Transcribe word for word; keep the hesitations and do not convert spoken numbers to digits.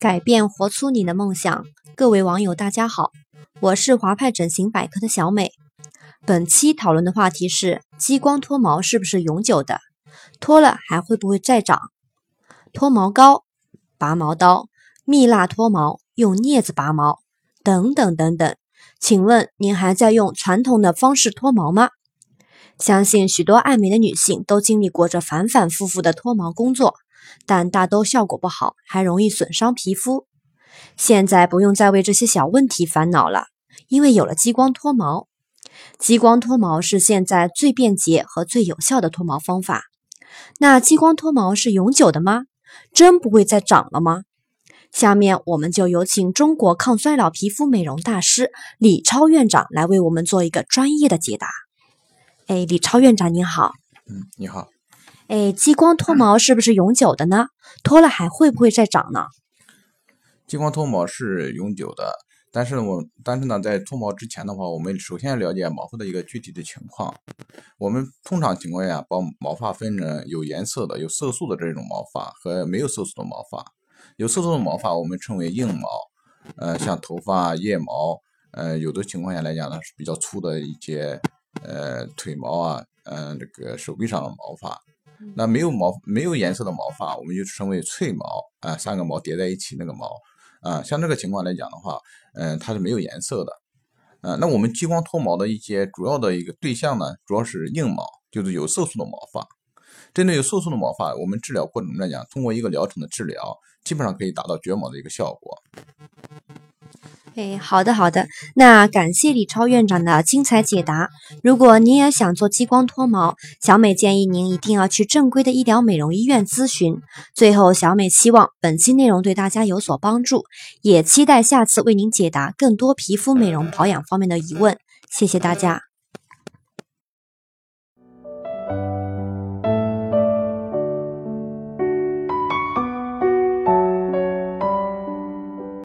改变活出你的梦想。各位网友大家好，我是华派整形百科的小美。本期讨论的话题是激光脱毛是不是永久的，脱了还会不会再长？脱毛膏、拔毛刀、蜜蜡脱毛、用镊子拔毛等等等等，请问您还在用传统的方式脱毛吗？相信许多爱美的女性都经历过这反反复复的脱毛工作，但大都效果不好，还容易损伤皮肤。现在不用再为这些小问题烦恼了，因为有了激光脱毛。激光脱毛是现在最便捷和最有效的脱毛方法。那激光脱毛是永久的吗？真不会再长了吗？下面我们就有请中国抗衰老皮肤美容大师李超院长来为我们做一个专业的解答。哎，李超院长您好。 嗯，你好。 哎，激光脱毛是不是永久的呢？脱了还会不会再长呢？ 激光脱毛是永久的，但是我但是呢，在脱毛之前的话，我们首先了解毛发的一个具体的情况。我们通常情况下把毛发分成有颜色的、有色素的这种毛发和没有色素的毛发。有色素的毛发我们称为硬毛，呃，像头发、腋毛，呃，有的情况下来讲呢是比较粗的一些呃腿毛啊，呃，这个手臂上的毛发。那没有毛没有颜色的毛发，我们就称为翠毛啊、呃，三个毛叠在一起那个毛啊、呃，像这个情况来讲的话，嗯、呃，它是没有颜色的。呃，那我们激光脱毛的一些主要的一个对象呢，主要是硬毛，就是有色素的毛发。针对有色素的毛发，我们治疗过程中来讲，通过一个疗程的治疗，基本上可以达到绝毛的一个效果。 哎，好的好的，那感谢李超院长的精彩解答。如果您也想做激光脱毛，小美建议您一定要去正规的医疗美容医院咨询。最后，小美希望本期内容对大家有所帮助，也期待下次为您解答更多皮肤美容保养方面的疑问。谢谢大家。